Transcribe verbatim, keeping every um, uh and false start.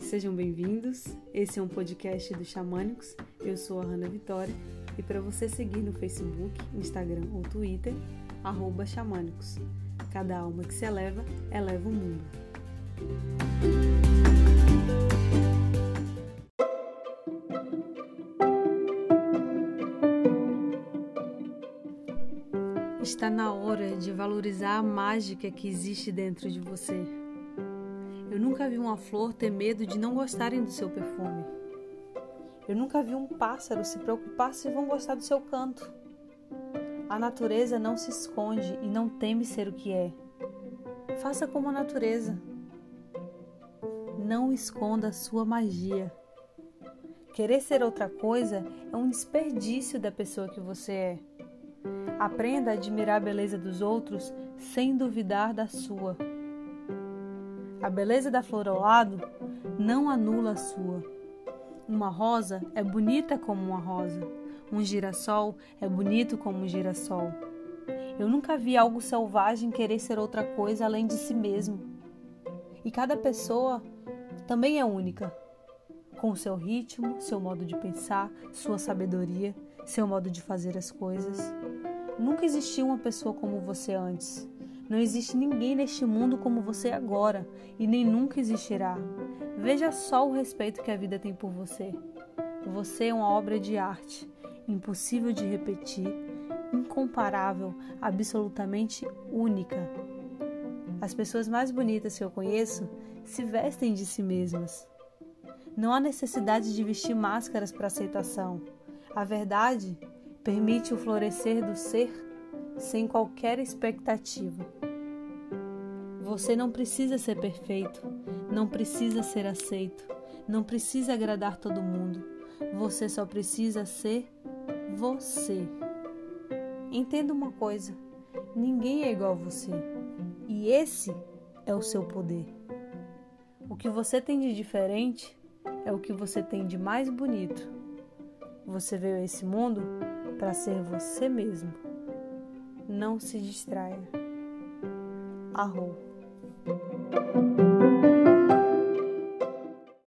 Sejam bem-vindos, esse é um podcast do Xamânicos, eu sou a Hanna Vitória e para você seguir no Facebook, Instagram ou Twitter, arroba Xamânicos. Cada alma que se eleva, eleva o mundo. Está na hora de valorizar a mágica que existe dentro de você. Eu nunca vi uma flor ter medo de não gostarem do seu perfume. Eu nunca vi um pássaro se preocupar se vão gostar do seu canto. A natureza não se esconde e não teme ser o que é. Faça como a natureza. Não esconda a sua magia. Querer ser outra coisa é um desperdício da pessoa que você é. Aprenda a admirar a beleza dos outros sem duvidar da sua. A beleza da flor ao lado não anula a sua. Uma rosa é bonita como uma rosa. Um girassol é bonito como um girassol. Eu nunca vi algo selvagem querer ser outra coisa além de si mesmo. E cada pessoa também é única, com o seu ritmo, seu modo de pensar, sua sabedoria, seu modo de fazer as coisas. Nunca existiu uma pessoa como você antes. Não existe ninguém neste mundo como você agora e nem nunca existirá. Veja só o respeito que a vida tem por você. Você é uma obra de arte, impossível de repetir, incomparável, absolutamente única. As pessoas mais bonitas que eu conheço se vestem de si mesmas. Não há necessidade de vestir máscaras para aceitação. A verdade permite o florescer do ser sem qualquer expectativa. Você não precisa ser perfeito, não precisa ser aceito, não precisa agradar todo mundo. Você só precisa ser você. Entenda uma coisa, ninguém é igual a você. E esse é o seu poder. O que você tem de diferente é o que você tem de mais bonito. Você veio a esse mundo para ser você mesmo. Não se distraia. Arro.